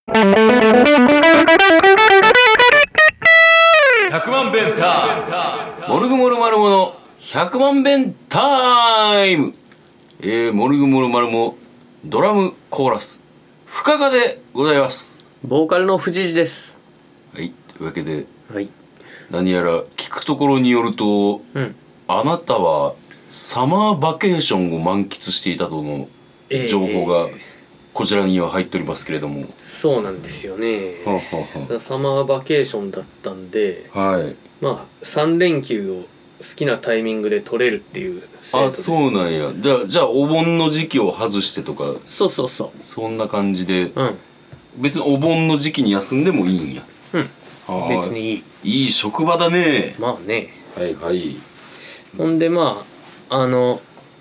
100万弁タイム、モルグモルマルモの100万弁タイム。モルグモルマルモドラムコーラス深川でございます。 ボーカルの藤次です。 はい、というわけで、 はい、 何やら聞くところによると、あなたはサマーバケーションを満喫していたとの情報がこちらには入っておりますけれども、 そうなんですよね。 はあはサマーバケーションだったんで、 はい、 まあ3連休を好きなタイミングで取れるっていう制度です。 そうなんや。じゃあお盆の時期を外してとか、 そうそんな感じで、別にお盆の時期に休んでもいいんや。 別にいい。 いい職場だね。 まあね。 はいはい。 ほんでまあ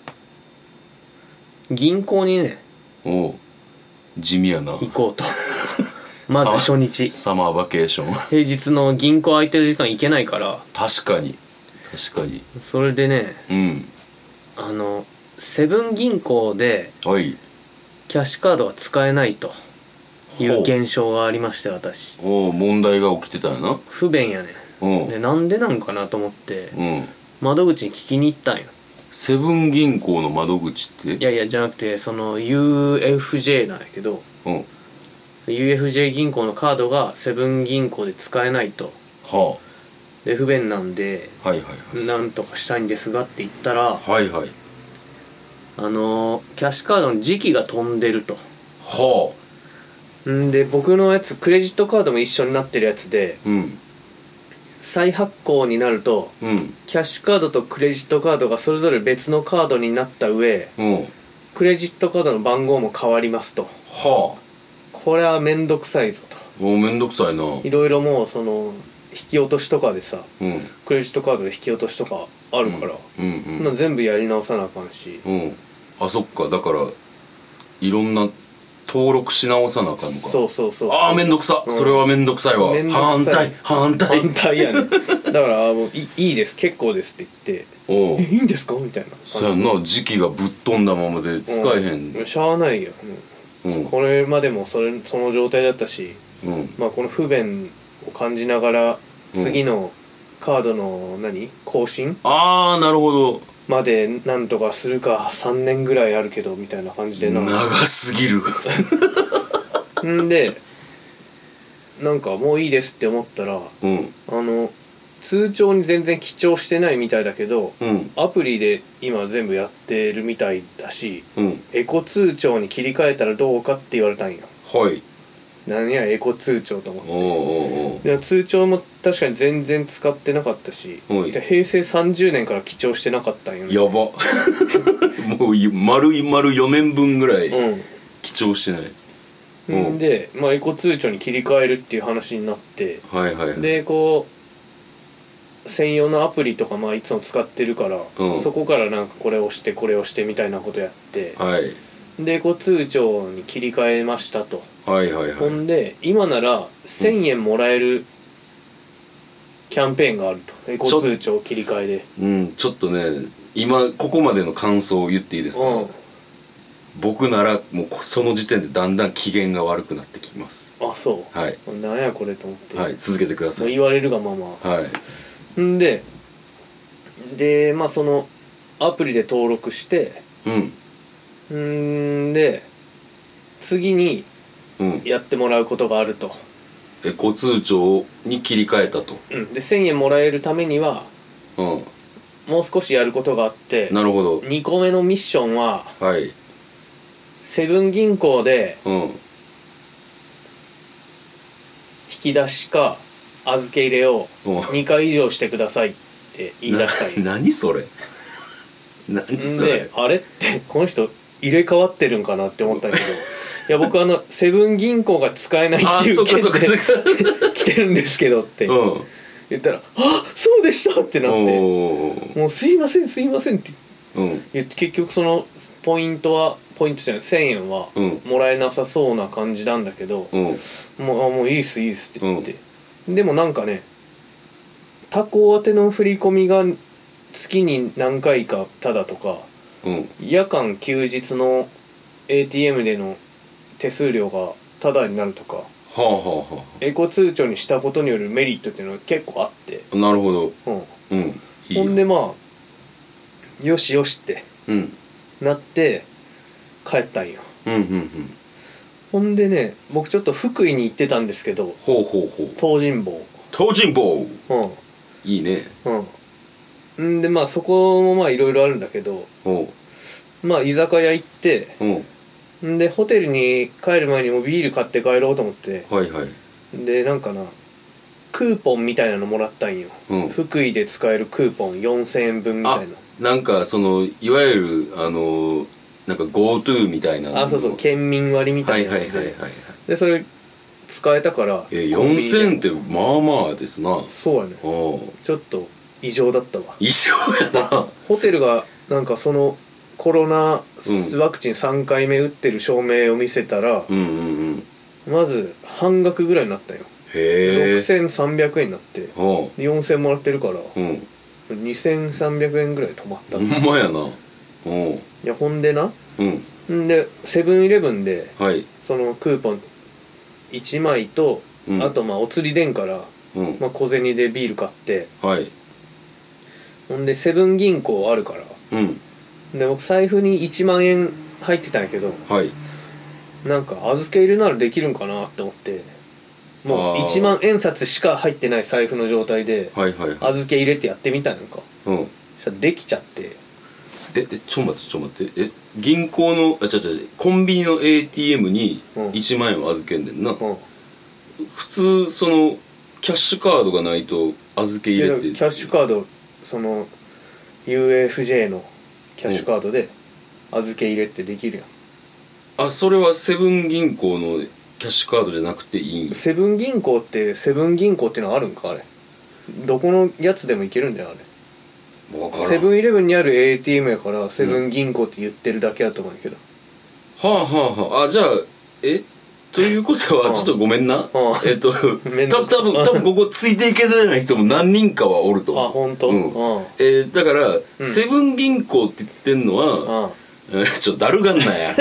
銀行にね、 おう、地味やな。 行こうとまず初日サマーバケーション平日の銀行空いてる時間行けないから。 確かにそれでね、セブン銀行ではいキャッシュカードが使えないという現象がありまして、私問題が起きてたよな。 不便やねん。でなんでなんかなと思って、窓口に聞きに行ったんよ。 セブン銀行の窓口って？ いやじゃなくて、その UFJ なんやけど、UFJ 銀行のカードがセブン銀行で使えないと。で不便なんで、なんとかしたいんですがって言ったら、キャッシュカードの時期が飛んでると。んで僕のやつクレジットカードも一緒になってるやつで、再発行になると、キャッシュカードとクレジットカードがそれぞれ別のカードになった上、クレジットカードの番号も変わりますと。これはめんどくさいぞと。 めんどくさいな。 いろいろもうその引き落としとかでさ、クレジットカードで引き落としとかあるから、全部やり直さなあかんし、 そっか。だからいろんな登録し直さなあかんのか。そうめんどくさ、それはめんどくさいわ。反対やねんだからもういいです、結構ですって言って、いいんですかみたいな。 そうやんな。時期がぶっ飛んだままで使えへん。 しゃあないよ。これまでもその状態だったし、この不便を感じながら、次のカードの更新なるほどまでなんとかするか。3年ぐらいあるけどみたいな感じで長すぎるんでなんかもういいですって思ったら、通帳に全然記帳してないみたいだけど、アプリで今全部やってるみたいだし、エコ通帳に切り替えたらどうかって言われたんよ。何やエコ通帳と思って。通帳も確かに全然使ってなかったし、平成30年から記帳してなかったんよね。 やばもう丸4年分ぐらい記帳してない。 で、エコ通帳に切り替えるっていう話になって、でこう専用のアプリとかいつも使ってるから、そこからなんかこれ押してこれ押してみたいなことやって、でエコ通帳に切り替えましたと。ほんで今なら1000円もらえるキャンペーンがあると。エコ通帳切り替えで。 ちょっとね、今ここまでの感想を言っていいですか？僕ならもうその時点でだんだん機嫌が悪くなってきます。 そう。なんやこれと思って。 続けてください。 言われるがまま。んでそのアプリで登録して、で次にやってもらうことがあると。 エコ通帳に切り替えたと。 で1000円もらえるためには、もう少しやることがあって。 なるほど。 2個目のミッションは、セブン銀行で、引き出しか預け入れを2回以上してくださいって言い出したい。 何それであれってこの人入れ替わってるんかなって思ったんだけどいや僕セブン銀行が使えないっていう件で来てるんですけどって言ったら、そうでしたってなって、もうすいませんって言って、結局そのポイントじゃない、1000円はもらえなさそうな感じなんだけど、もういいっすって言って、でもなんかね、他行宛ての振り込みが月に何回かただとか、夜間休日の ATM での手数料がタダになるとか、 はあはあはエコ通帳にしたことによるメリットっていうのが結構あって、 なるほど。 うん、いいほんでまあよしよしってなって帰ったんよ。ほんでね、僕ちょっと福井に行ってたんですけど、 ほうほうほう。 東尋坊。 いいね。 んでまあそこもまあいろいろあるんだけど、まあ居酒屋行って、んでホテルに帰る前にもビール買って帰ろうと思って、でなんかなクーポンみたいなのもらったんよ、福井で使えるクーポン4000円分みたいな。 なんかそのいわゆるなんか GoTo みたいな。 そうそう、県民割みたいなやつで、でそれ使えたから。 4000円ってまあまあですな。 そうやね。ちょっと異常だったわ。 異常やな。 ホテルがなんかそのコロナワクチン3回目打ってる証明を見せたら、まず半額ぐらいになったよ。6300円になって4000円もらってるから、2300円ぐらい止まった。 ほんまやな。 いやほんでな、でセブンイレブンで、そのクーポン1枚と、あとまあお釣りでんから、まあ、小銭でビール買って、ほんでセブン銀行あるから、で僕財布に1万円入ってたんやけど、なんか預け入れならできるんかなって思って、もう1万円札しか入ってない財布の状態で預け入れてやってみたんやんか。そしたらできちゃって。 ちょ待って銀行のコンビニの ATM に1万円を預けんねんな。普通そのキャッシュカードがないと預け入れって。 キャッシュカード、その UFJ のキャッシュカードで預け入れってできるやん。 それはセブン銀行のキャッシュカードじゃなくていいん？ セブン銀行っていうのはあるんかあれ。どこのやつでもいけるんだよあれ。セブンイレブンにある ATM やからセブン銀行って言ってるだけだと思うんやけど。 じゃあということはちょっとごめんな。多分ここついていけない人も何人かはおると思う。 本当？ だからセブン銀行って言ってんのはちょっとだるがんなや。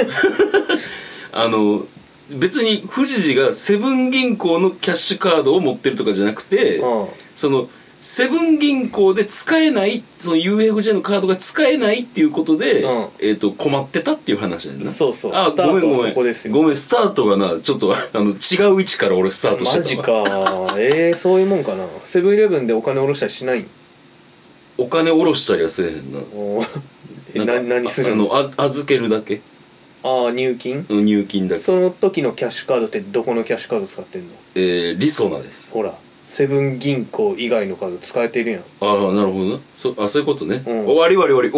別に富士寺がセブン銀行のキャッシュカードを持ってるとかじゃなくて、そのセブン銀行で使えない、その UFJ のカードが使えないっていうことで、困ってたっていう話だよな。 そうそう。スタートはそこですよ。 ごめん、スタートがなちょっと違う位置から俺スタートしてたわ。 マジか。そういうもんかな。セブンイレブンでお金下ろしたりしないん？ お金下ろしたりはせえへんな。 何するの？ 預けるだけ。 入金？ 入金だけ。 その時のキャッシュカードってどこのキャッシュカード使ってんの？ りそなです。 ほら、セブン銀行以外のカード使えてるやん。 なるほどな。そういうことね。終わり。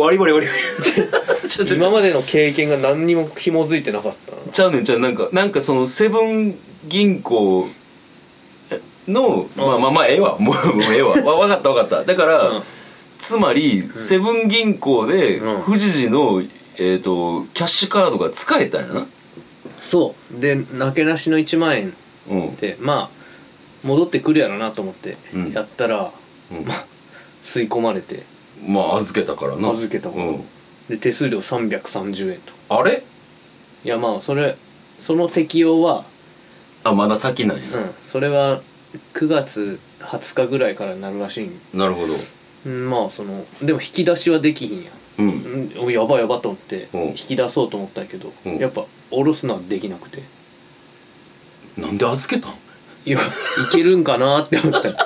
今までの経験が何にも紐づいてなかったな。 ちゃうなんかそのセブン銀行のまあええわもうええわ分かっただから、つまりセブン銀行で富士寺のキャッシュカードが使えたんやな。 そうで、なけなしの1万円で、まあ戻ってくるやろなと思ってやったら、吸い込まれて。 預けたからな。 で手数料330円と。 あれ？ いやまあその適用はまだ先なんや。 それは9月20日ぐらいからなるらしい。 なるほど。 まあでも引き出しはできひんや。やばと思って引き出そうと思ったんやけど、やっぱ下ろすのはできなくて。 なんで預けたん？ いけるんかなって思った。い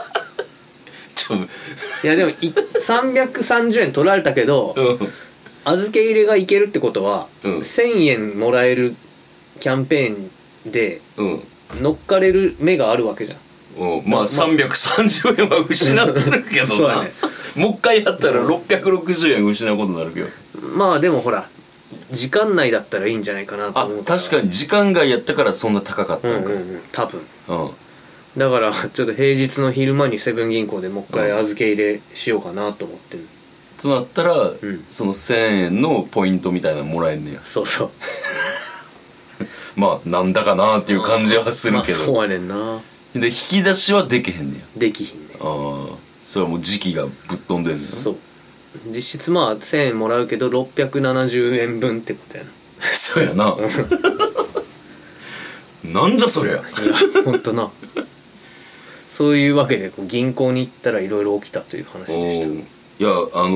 やでも330円取られたけど、預け入れがいけるってことは、1000円もらえるキャンペーンで乗っかれる目があるわけじゃん。330円は失ってるけどな。 もう一回やったら660円失うことになるけど。 まあでもほら時間内だったらいいんじゃないかなと思うから。 確かに時間外やったからそんな高かったのか。 多分。だからちょっと平日の昼間にセブン銀行でもう一回預け入れしようかなと思ってる。 となったら、その1000円のポイントみたいなのもらえんねや。 そうなんだかなっていう感じはするけど。 そうやねんな。 で引き出しはできへんねや。 できひんね。 それはもう時期がぶっ飛んでんねんな。 そう。実質1000円もらうけど670円分ってことやな。 そうやな。 なんじゃそりゃ。いやほんとな。そういうわけで銀行に行ったらいろいろ起きたという話でした。 いや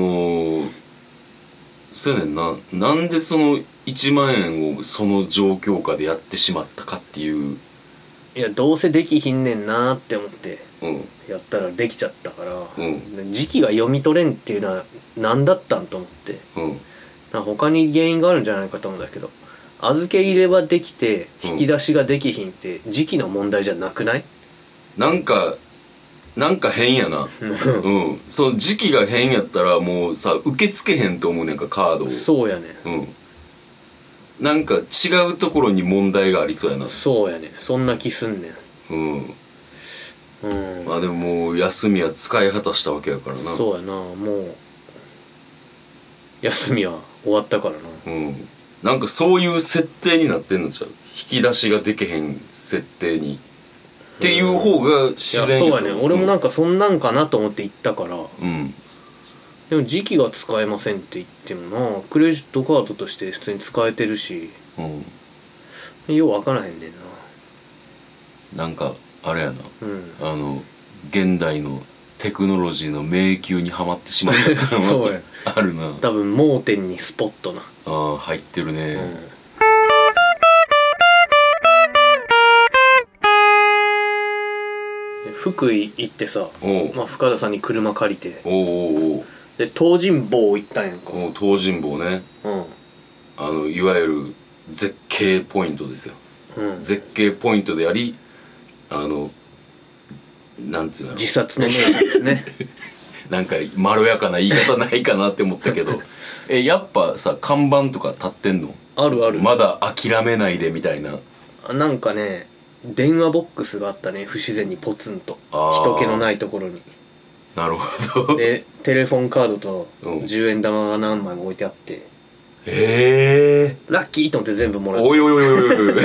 そうやねんな。なんでその1万円をその状況下でやってしまったかっていう。 いやどうせできひんねんなって思ってうんやったらできちゃったから、 うん、 時期が読み取れんっていうのは何だったんと思って、 うん、 なんか他に原因があるんじゃないかと思うんだけど、預け入れはできて引き出しができひんって時期の問題じゃなくない？ なんか変やな。うん、その時期が変やったらもうさ受け付けへんと思うねんかカードを。 そうやね。 うん。なんか違うところに問題がありそうやな。 そうやね。そんな気すんねん。 うん。まあでももう休みは使い果たしたわけやからな。 そうやな。もう休みは終わったからな。 うん。なんかそういう設定になってんのちゃう？引き出しができへん設定に。っていう方が自然やと。そうやね。俺もなんかそんなんかなと思って行ったから。 うん。 でも時期が使えませんって言ってもな、クレジットカードとして普通に使えてるし、 うん。 よう分からへんねんな。なんかあれやな。 うん。 現代のテクノロジーの迷宮にはまってしまった感そうや。 あるな。 多分盲点にスポットな。 ああ入ってるね。 福井行ってさ、まあ、深田さんに車借りて、で東尋坊行ったんやんか。 東尋坊ね。いわゆる絶景ポイントですよ。絶景ポイントであり、なんつうの自殺の名所ですね。 なんかまろやかな言い方ないかなって思ったけどやっぱさ看板とか立ってんの？ あるある。 まだ諦めないでみたいな。 なんかね電話ボックスがあったね、不自然にポツンと人気のないところに。 なるほど。 でテレフォンカードと10円玉が何枚も置いてあって、ラッキーと思って全部もらって。 おいおいおいおいおい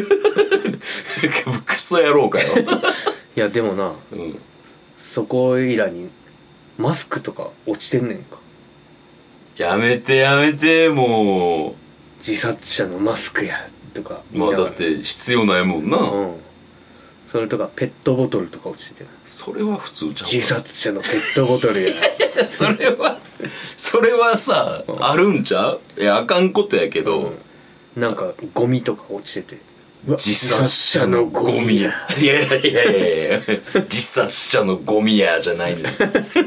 クソ野郎かよ。 いやでもな、そこいらにマスクとか落ちてんねんか。 やめてやめて、もう自殺者のマスクやとかまあだって必要ないもんな。 それとかペットボトルとか落ちてる。 それは普通じゃん。 自殺者のペットボトルや。 それはさ、あるんちゃう？いやあかんことやけど、 なんかゴミとか落ちてて、 自殺者のゴミや。いやいやいやいや自殺者のゴミやじゃないんだよ。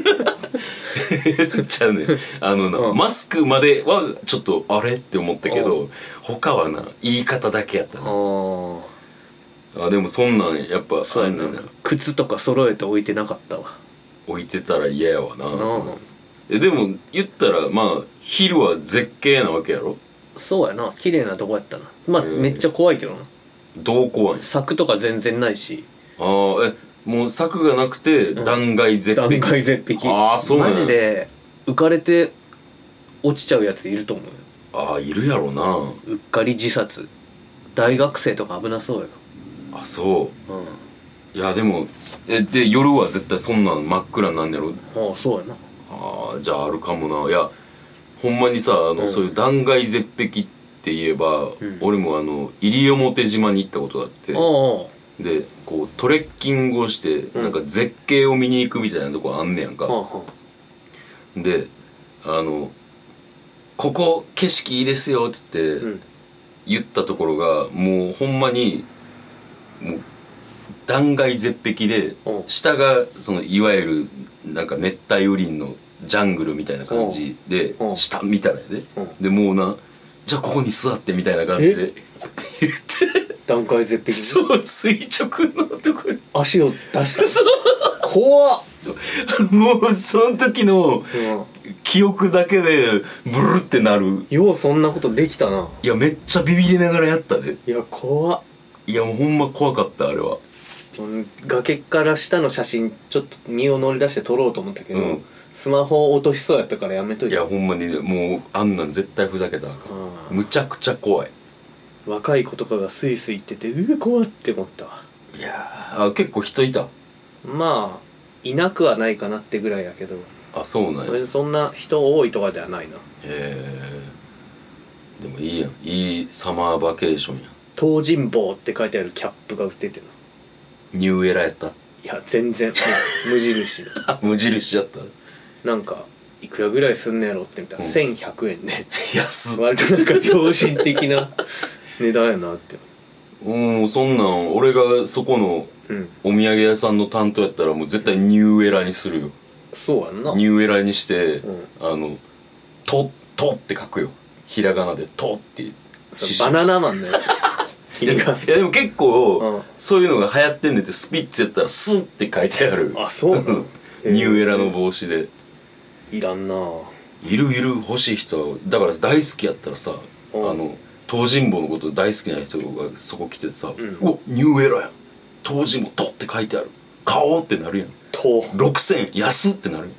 じゃあね、マスクまではちょっとあれって思ったけど、他はな言い方だけやったな。でもそんなんやっぱそうやな。靴とか揃えて置いてなかったわ。 置いてたら嫌やわな。でも言ったらまあ昼は絶景なわけやろ。 そうやな、綺麗なとこやったな。まあめっちゃ怖いけどな。 どう怖いん？ 柵とか全然ないし。 もう柵がなくて断崖絶壁。 断崖絶壁。 そうなんや。 マジで浮かれて落ちちゃうやついると思う。 いるやろな。 うっかり自殺。大学生とか危なそうよ。 そう。いやでもで夜は絶対そんなん真っ暗なんやろ。 そうやな。 じゃああるかもな。いやほんまにさそういう断崖絶壁って言えば、俺も西表島に行ったことがあって、でこうトレッキングをして、なんか絶景を見に行くみたいなとこあんねやんか。でここ景色いいですよっつって言ったところがもうほんまにもう断崖絶壁で、下がそのいわゆるなんか熱帯雨林のジャングルみたいな感じで、下見たらやで、でもうな、じゃあここに座ってみたいな感じで言って断崖絶壁。 そう垂直のとこに足を出した。怖っ。 もうその時の記憶だけでブルってなる。 ようそんなことできたな。 いやめっちゃビビりながらやったで。 いや怖っ。 いやもうほんま怖かった。あれは崖から下の写真ちょっと身を乗り出して撮ろうと思ったけど、スマホを落としそうやったからやめといて。 いやほんまにもうあんなん絶対ふざけたらあかん。むちゃくちゃ怖い。 若い子とかがスイスイ行ってて怖って思ったわ。 いや結構人いた。 まあいなくはないかなってぐらいやけど。 そうなんや。 そんな人多いとかではないな。 でもいいやん。いいサマーバケーションや。 東尋坊って書いてあるキャップが売っててな。 ニューエラやった？ いや全然無印無印やった。 なんかいくらぐらいすんのやろって見たら、1100円で安っ。 割となんか良心的な値段やなって。 そんなん俺がそこのお土産屋さんの担当やったらもう絶対ニューエラにするよ。 そうやんな。 ニューエラにして、とって書くよ。ひらがなでとってバナナマンのやつ君が。 いやでも結構、そういうのが流行ってんねんって。スピッツやったらスって書いてある。 あ、そうなのニューエラの帽子で。 いらんな。 いる欲しい人は。だから大好きやったらさ、東尋坊のこと大好きな人がそこ来てさ、おニューエラやん、東尋坊とって書いてある、買おうってなるやん。と6000円安ってなるやん。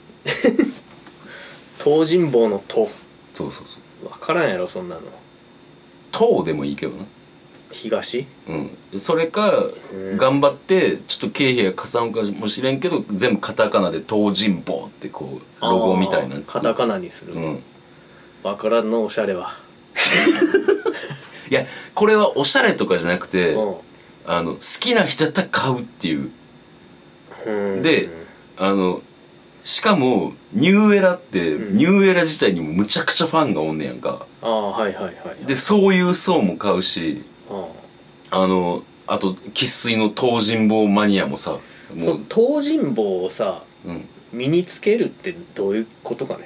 東尋坊のと。 そうそうそう。 分からんやろそんなの。 東でもいいけどな。 東？ それか、頑張ってちょっと経費がかさむかもしれんけど全部カタカナで東尋坊ってこうロゴみたいなカタカナにする。分からんのおしゃれは。 いやこれはおしゃれとかじゃなくて、好きな人やったら買うっていう。でしかもニューエラって、ニューエラ自体にもむちゃくちゃファンがおんねやんか。でそういう層も買うし、あと生粋の東尋坊マニアもさ、 もう東尋坊をさ、身につけるってどういうことかね。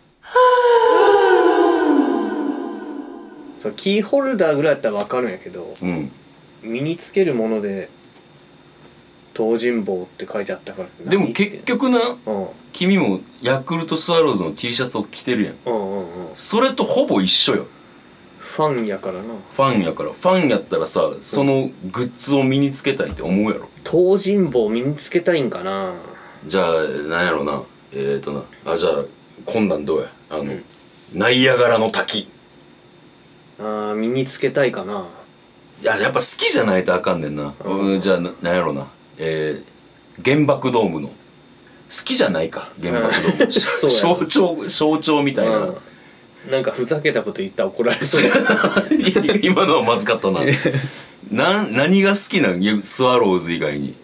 そうキーホルダーぐらいだったら分かるんやけど、身につけるもので東尋坊って書いてあったから。 でも結局な、君もヤクルトスワローズの T シャツを着てるやん。それとほぼ一緒よ。 ファンやからな。 ファンやったらさ、そのグッズを身につけたいって思うやろ。 東尋坊身につけたいんかな。 じゃあなんやろな、じゃあ今度どうや、ナイアガラの滝。 身につけたいかな。 いややっぱ好きじゃないとあかんねんな。じゃあなんやろな、原爆ドームの好きじゃないか、原爆ドーム象徴みたいな。 なんかふざけたこと言ったら怒られそう。 今のはまずかったな。何が好きなんスワローズ以外に。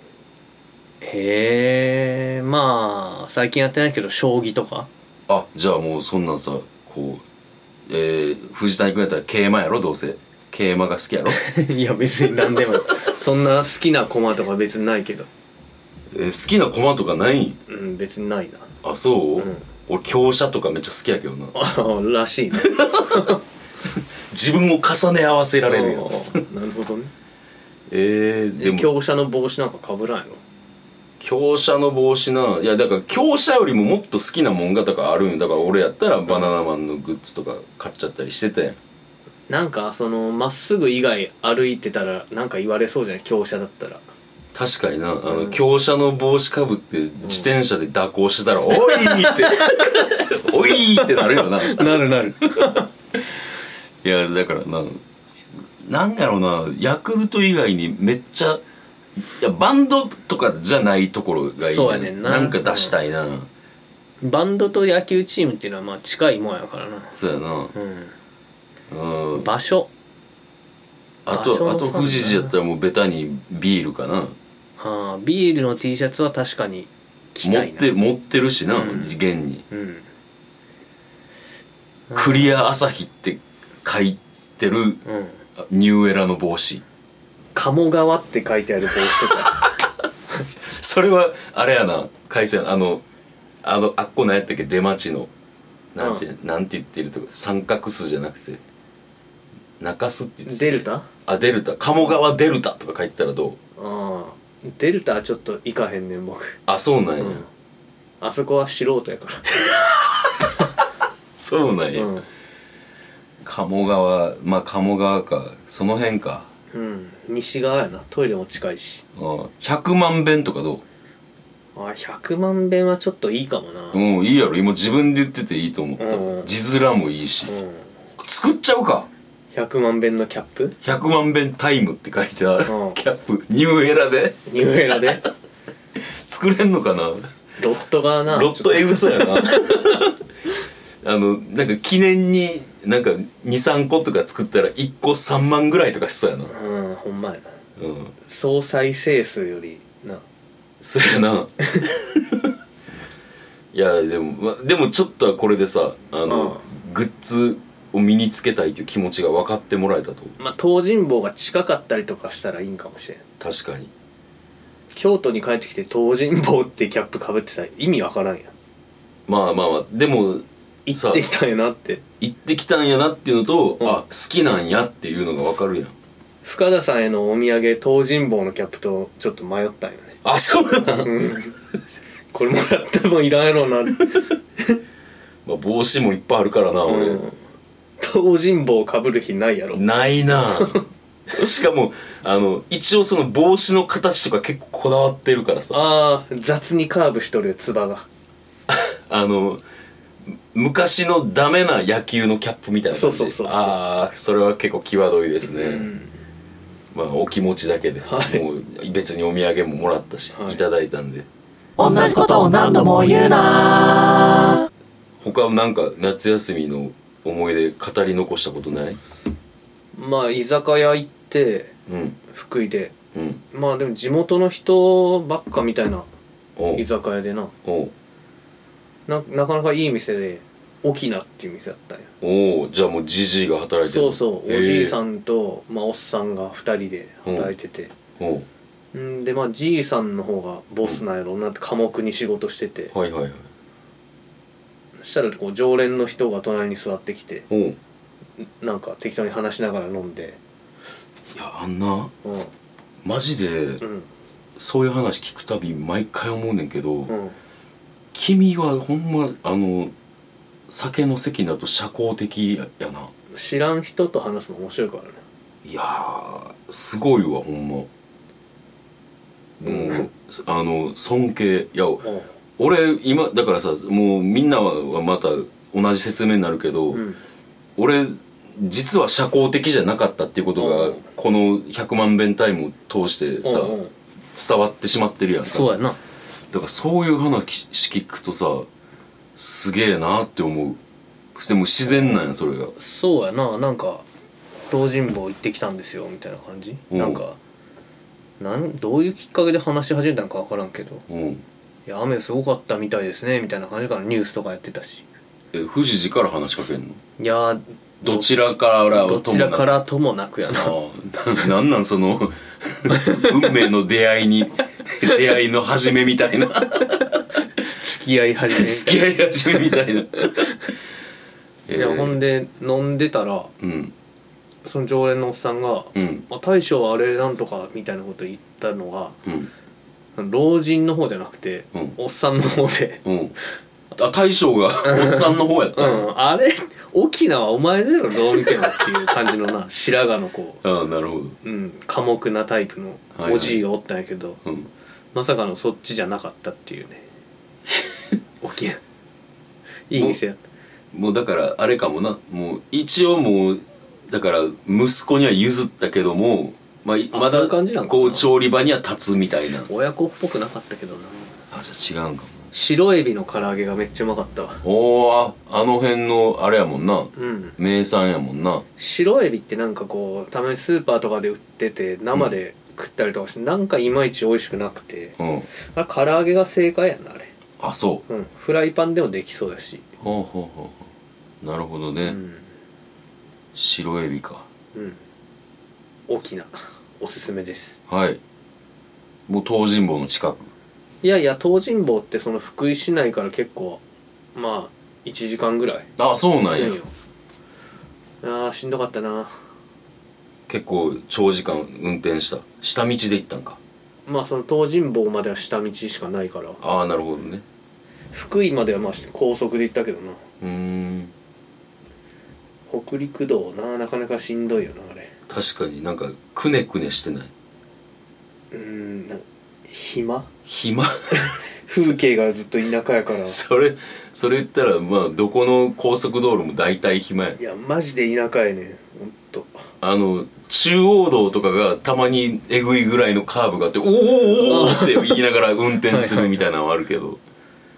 まあ最近やってないけど将棋とか。 じゃあもうそんなんさ、こう藤谷君やったら桂馬やろ。どうせ桂馬が好きやろ。 いや別に何でもそんな好きな駒とか別にないけど。 好きな駒とかない？ 別にないな。 そう？俺香車とかめっちゃ好きやけどな。 らしいね。 自分を重ね合わせられるよ。 なるほどね。 でも香車の帽子なんか被らんやろ。 香車の帽子な。いやだから香車よりももっと好きなもんがとかあるんよ。だから俺やったらバナナマンのグッズとか買っちゃったりしてたやん。 なんかまっすぐ以外歩いてたらなんか言われそうじゃない、香車だったら。 確かにな。香車の帽子かぶって自転車で蛇行してたら「おい!」って「おい!」ってなるよな。 なる。 いやだからなんやろうな、ヤクルト以外にめっちゃ、いやバンドとかじゃないところがいいね。 そうやねんな。 なんか出したいな。 バンドと野球チームっていうのはまあ近いもんやからな。 そうやな。 場所。 あと富士寺やったらもうベタにビールかな。 ビールの T シャツは確かに着たいな。 持ってるしな、現に。クリア朝日って書いてるニューエラの帽子。 鴨川って書いてある帽子とか。 それはあれやな、海鮮あっこなんやったっけ、出町のなんて言ってるとか、三角巣じゃなくて中洲って言ってた。 デルタ？ デルタ、鴨川デルタとか書いてたらどう？ デルタはちょっと行かへんねん僕。 そうなんや。 あそこは素人やから。 そうなんや。鴨川、鴨川か、その辺か。 西側やな。トイレも近いし。 100万遍とかどう ？100万遍はちょっといいかもな。 いいやろ。今自分で言ってていいと思った。字面もいいし、作っちゃうか。 100万遍のキャップ ？100万遍タイムって書いてあるキャップ、ニューエラで作れんのかな。 ロットがな、 ロットエグそうやな。なんか記念になんか 2,3 個とか作ったら1個3万ぐらいとかしそうやな。 ほんまやな、総再生数よりな。 そやないやでもちょっとはこれでさグッズを身につけたいという気持ちが分かってもらえたと。 東尋坊が近かったりとかしたらいいんかもしれん。 確かに京都に帰ってきて東尋坊ってキャップかぶってたら意味わからんやん。 でも行ってきたんやなって行ってきたんやなっていうのと、好きなんやっていうのが分かるやん。 深田さんへのお土産東尋坊のキャップとちょっと迷ったんよね。 そうなのこれもらってもいらんやろうな帽子もいっぱいあるからな、俺東尋坊かぶる日ないやろ。 ないなしかも一応その帽子の形とか結構こだわってるからさ。 雑にカーブしとるよ、つばが昔のダメな野球のキャップみたいな感じ。 そうそれは結構際どいですね、お気持ちだけで、もう別にお土産ももらったし、いただいたんで。 同じことを何度も言うな。 他なんか夏休みの思い出語り残したことない？ 居酒屋行って、福井で、でも地元の人ばっかみたいな居酒屋でなかなかいい店で、沖縄っていう店だったんや。 じゃあもうジジイが働いてる。 そうおじいさんと、おっさんが2人で働いてて、でじいさんの方がボスなんやろうなって寡黙に仕事してて、そしたらこう常連の人が隣に座ってきて、なんか適当に話しながら飲んで。 いやマジで、そういう話聞くたび毎回思うねんけど、君はほんま酒の席になると社交的やな。 知らん人と話すの面白いからね。 いやーすごいわほんま。もう尊敬。いや俺今だからさ、もうみんなはまた同じ説明になるけど、俺実は社交的じゃなかったっていうことがこの100万遍タイムを通してさ伝わってしまってるやんか。 そうやな。 だからそういう話聞くとさすげえなって思う。でも自然なんやそれが。 そうやな。なんか東尋坊行ってきたんですよみたいな感じ。なんかどういうきっかけで話し始めたのか分からんけど、いや雨すごかったみたいですねみたいな感じからニュースとかやってたし。 富士寺から話しかけんの？ いやどちらからともなくやな。 なんその運命の出会いの始めみたいな付き合い始めみたいな。 いやほんで飲んでたら、その常連のおっさんが「大将はあれなんとか」みたいなこと言ったのが、老人の方じゃなくて、おっさんの方で、 大将がおっさんの方やったあれ沖縄お前だろどう見てもっていう感じのな白髪のこうなるほど、 寡黙なタイプのおじいがおったんやけど、まさかのそっちじゃなかったっていうね。沖縄いい店やった。 もうだからあれかもな、もう一応もうだから息子には譲ったけども、まだこう調理場には立つみたいな。 親子っぽくなかったけどな。 じゃあ違うんかも。 白エビの唐揚げがめっちゃうまかったわ。 あの辺のあれやもんな、名産やもんな。 白エビってなんかこうたまにスーパーとかで売ってて生で食ったりとかして、なんかいまいち美味しくなくて、あれ唐揚げが正解やなあれ。 そう、 フライパンでもできそうだし。 なるほどね、白エビか。 沖縄おすすめです。 はい。もう東尋坊の近く？ いや東尋坊ってその福井市内から結構1時間ぐらい。 そうなんや。 しんどかったな。 結構長時間運転した。下道で行ったんか。 その東尋坊までは下道しかないから。 なるほどね。 福井までは高速で行ったけどな。北陸道なかなかしんどいよなあれ。確かになんかくねくねしてない？ 暇風景がずっと田舎やから。 それ言ったらどこの高速道路も大体暇や。 いやマジで田舎やねほんと。 中央道とかがたまにえぐいぐらいのカーブがあって「おお!」って言いながら運転するみたいなのはあるけど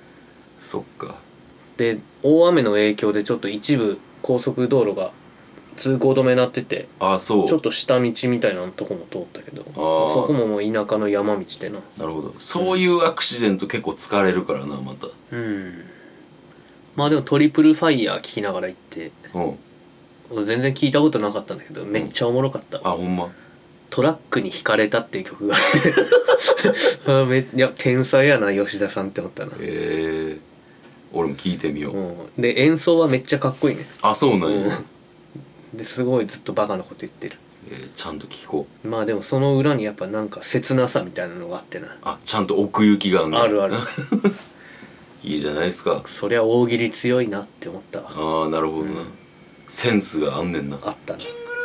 そっか。 で大雨の影響でちょっと一部高速道路が通行止めになってて、 そうちょっと下道みたいなとこも通ったけど、そこももう田舎の山道でな。 なるほど。そういうアクシデント結構疲れるからな、また。 まあでもトリプルファイヤー聞きながら行って、全然聞いたことなかったんだけど、めっちゃおもろかった。 ほんま。 トラックに惹かれたっていう曲があっていや天才やな吉田さんって思ったな。 俺も聞いてみよう。で演奏はめっちゃかっこいいね。 そうなんや。 ですごいずっとバカなこと言ってる。 ちゃんと聞こう。まあでもその裏にやっぱなんか切なさみたいなのがあってな。 ちゃんと奥行きがあるんだ。 あるあるいいじゃないですか。 そりゃ大喜利強いなって思ったわ。 なるほどな、センスがあんねんな。 あったな。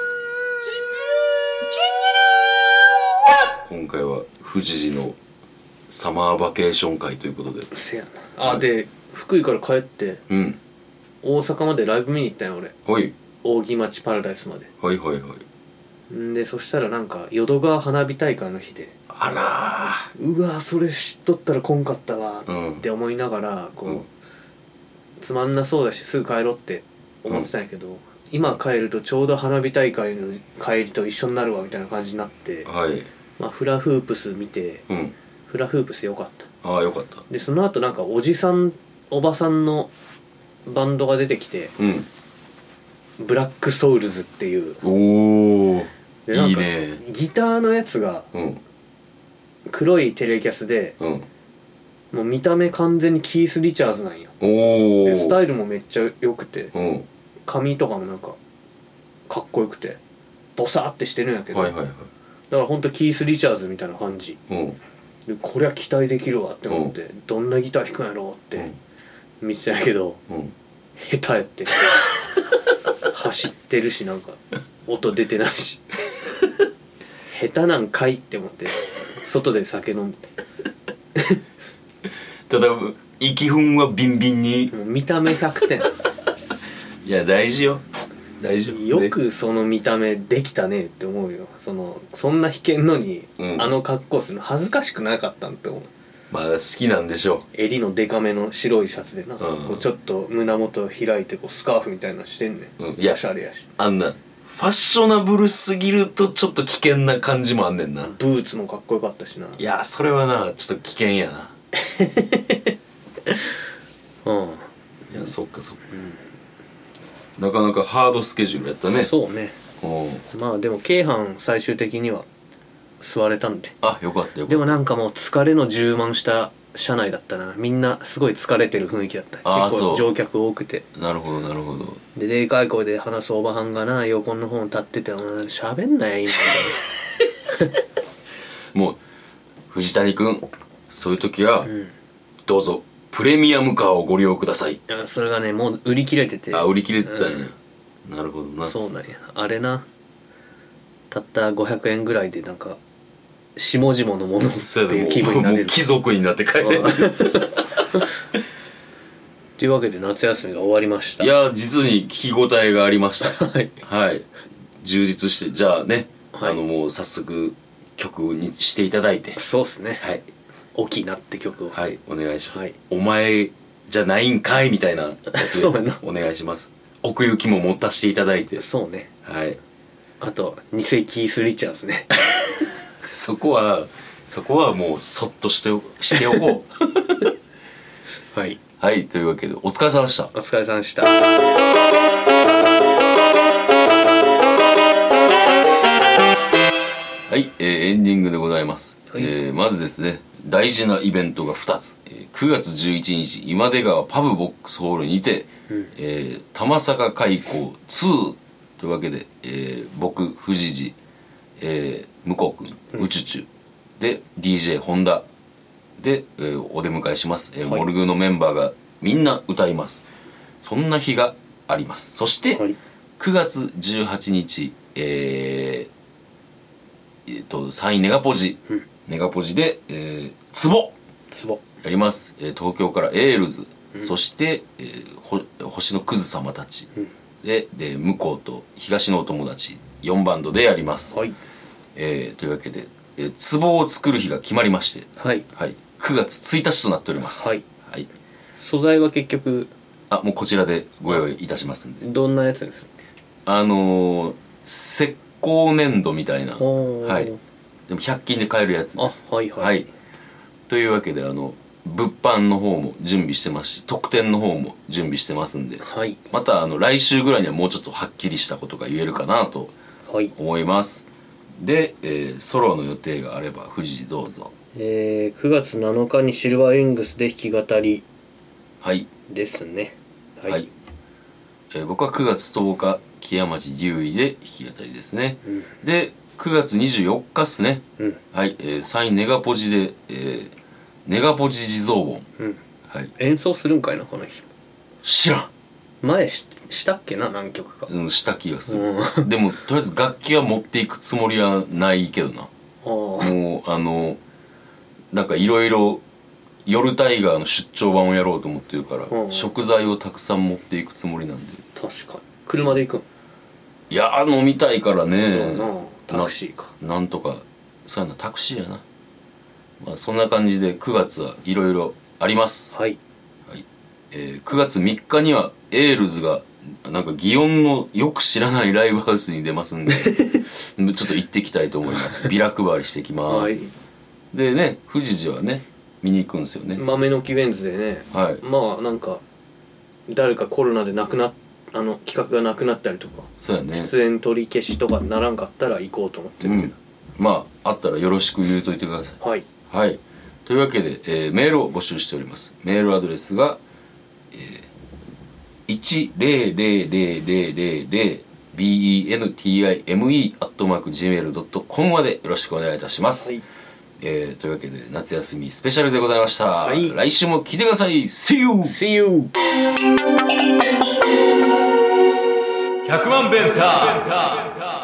今回は富士寺のサマーバケーション会ということで。 せやな。で福井から帰って大阪までライブ見に行ったんよ俺。扇町パラダイスまで。でそしたらなんか淀川花火大会の日で、うわそれ知っとったら来んかったわって思いながらこう、つまんなそうだしすぐ帰ろうって思ってたんやけど、今帰るとちょうど花火大会の帰りと一緒になるわみたいな感じになって、フラフープス見て、フラフープスよかった。 よかった。でその後なんかおじさんおばさんのバンドが出てきて、ブラックソウルズっていう。いいね。ギターのやつが黒いテレキャスで、もう見た目完全にキース・リチャーズなんよ。でスタイルもめっちゃ良くて、髪とかもなんかかっこよくてボサーってしてるんやけど、だからほんとキース・リチャーズみたいな感じ、でこれは期待できるわって思って、どんなギター弾くんやろうって見てたんやけど、下手やって走ってるしなんか音出てないし下手なんかいって思って外で酒飲んでただ息憤はビンビンに。 見た目100点いや大事よ、大事よ。 よくその見た目できたねって思うよ。そんな弾けんのに、あの格好するの恥ずかしくなかったんって思う。 好きなんでしょう。 襟のデカめの白いシャツでな、こうちょっと胸元開いてこうスカーフみたいなのしてんねん。いやおしゃれやし。 あんなファッショナブルすぎるとちょっと危険な感じもあんねんな。 ブーツもかっこよかったしな。 いやそれはなちょっと危険やないやそっか、なかなかハードスケジュールやったね。 そうね。まあでも京阪最終的には座れたんで。 よかった。 でもなんかもう疲れの充満した車内だったな。みんなすごい疲れてる雰囲気だった。結構乗客多くて。 なるほどなるほど。 ででかい声で話すおばはんがな横の方に立ってて「喋んなよ今」 もう藤谷君そういう時は、どうぞプレミアムカーをご利用ください。 それがねもう売り切れてて。 売り切れてたんや、なるほどな。 そうなんや。あれなたった500円ぐらいでなんか下々のものっていう気分になれる。 もう貴族になって帰れるというわけで夏休みが終わりました。 いや実に聞き応えがありましたはい、 充実して。じゃあね、もう早速曲にしていただいて。 そうっすね。大きいなって曲をお願いします。お前じゃないんかいみたいなやつでお願いします。奥行きも持たせていただいて。 そうね。あと偽キース・リチャーズねそこはもうそっとしておこうというわけでお疲れ様でした。 お疲れ様でした。 エンディングでございます。まずですね大事なイベントが2つ、9月11日今出川パブボックスホールにて、玉坂開港2というわけで、僕藤次、向こう君うちゅちゅで DJ 本田で、お出迎えします、モルグのメンバーがみんな歌います。そんな日があります。そして、9月18日3位ネガポジ、ネガポジで、ツボやります、東京からエールズ、そして、星のクズ様たち、で向こうと東のお友達4バンドでやります、というわけで、ツボを作る日が決まりまして、9月1日となっております。 素材は結局もうこちらでご用意いたしますんで。 どんなやつです？ 石膏粘土みたいな、はい、でも100均で買えるやつです。 はいはい、 はい、というわけで物販の方も準備してますし特典の方も準備してますんで、 はい、 また来週ぐらいにはもうちょっとはっきりしたことが言えるかなと思います、はい、で、ソロの予定があれば藤井どうぞ。 9月7日にシルバーリングスで弾き語りですね。 はい、はい、僕は9月10日木屋町デューイで弾き語りですね、うん、で9月24日っすね、うん、はい、サインネガポジで、ネガポジ地蔵盆、うん、はい、 演奏するんかいなこの日。 知らん。 前したっけな何曲か。 した気がする、うん、でもとりあえず楽器は持っていくつもりはないけどな。もうなんかいろいろ夜タイガーの出張版をやろうと思ってるから、食材をたくさん持っていくつもりなんで。 確かに車で行くん。 いや飲みたいからね。 そうな、タクシーかなんとか。そうやな、タクシーやな。まあそんな感じで9月はいろいろあります。 はい、 はい、9月3日にはエールズがなんか祇園のよく知らないライブハウスに出ますんでちょっと行ってきたいと思います。ビラ配りしてきます、はい、でね、富士寺はね見に行くんですよね。 豆の木ウェンズでね、はい、まあなんか誰かコロナで亡くな企画がなくなったりとか、 そうやね、 出演取り消しとかならんかったら行こうと思ってる、うん、まああったらよろしく言うといてください。 はい、 はい、というわけで、メールを募集しております。メールアドレスが、10000bentime@gmail.com までよろしくお願いいたします、はい、というわけで夏休みスペシャルでございました、はい、来週も聞いてください。 See you! 100万ベンター